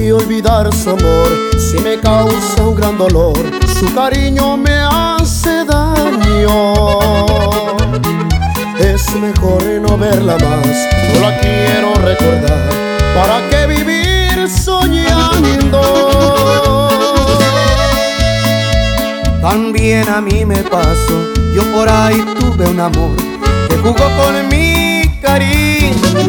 que olvidar su amor si me causa un gran dolor. Su cariño me hace daño. Es mejor no verla más, no la quiero recordar. ¿Para qué vivir soñando? También a mí me pasó, yo por ahí tuve un amor que jugó con mi cariño.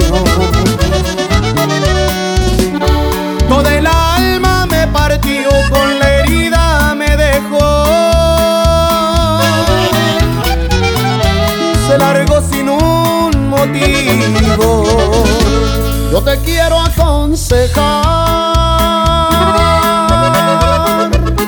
Todo el alma me partió, con la herida me dejó. Se largó sin un motivo. Yo te quiero aconsejar,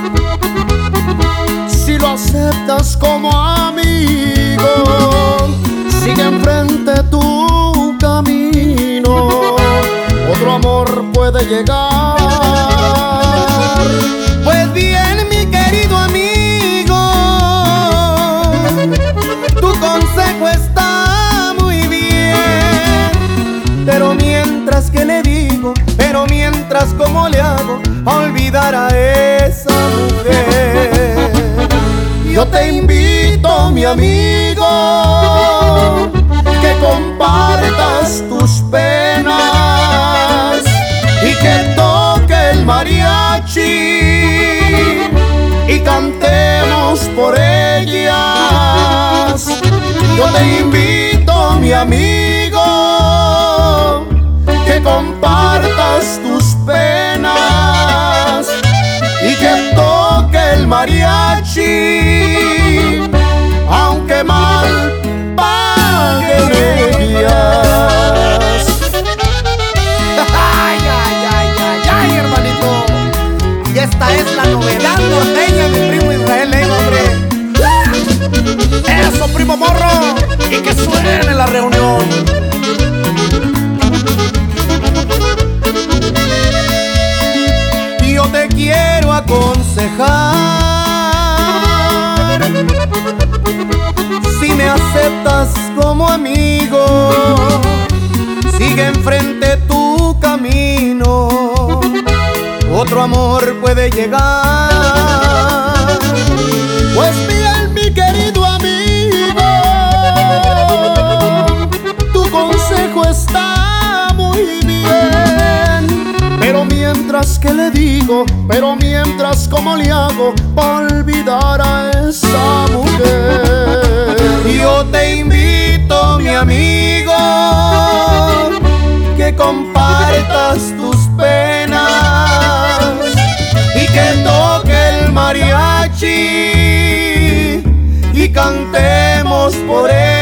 si lo aceptas como amigo, sigue enfrente tu camino. Otro amor puede llegar. Pues bien, mi querido amigo, tu consejo está muy bien. Pero mientras, ¿qué le digo? Pero mientras, ¿cómo le hago a olvidar a esa mujer? Yo te invito, mi amigo, que compartas tus penas y que toque el mariachi y cantemos por ellas. Yo te invito, mi amigo, que compartas tus penas y que toque el mariachi, aunque mal paguen ellas. Ay, ay, ay, ay, ay, hermanito. Y esta es la novedad norteña, mi primo Israel, hombre. Eso, primo morro, y que suene la reunión. Yo te quiero aconsejar, si me aceptas como amigo, sigue enfrente tu camino. Otro amor puede llegar. Pues bien, mi querido amigo, tu consejo está muy bien. Pero mientras, ¿qué le digo? Pero mientras, ¿cómo le hago para olvidar a esa mujer? Yo te invito, mi amigo, que compartas tus penas y que toque el mariachi y cantemos por él.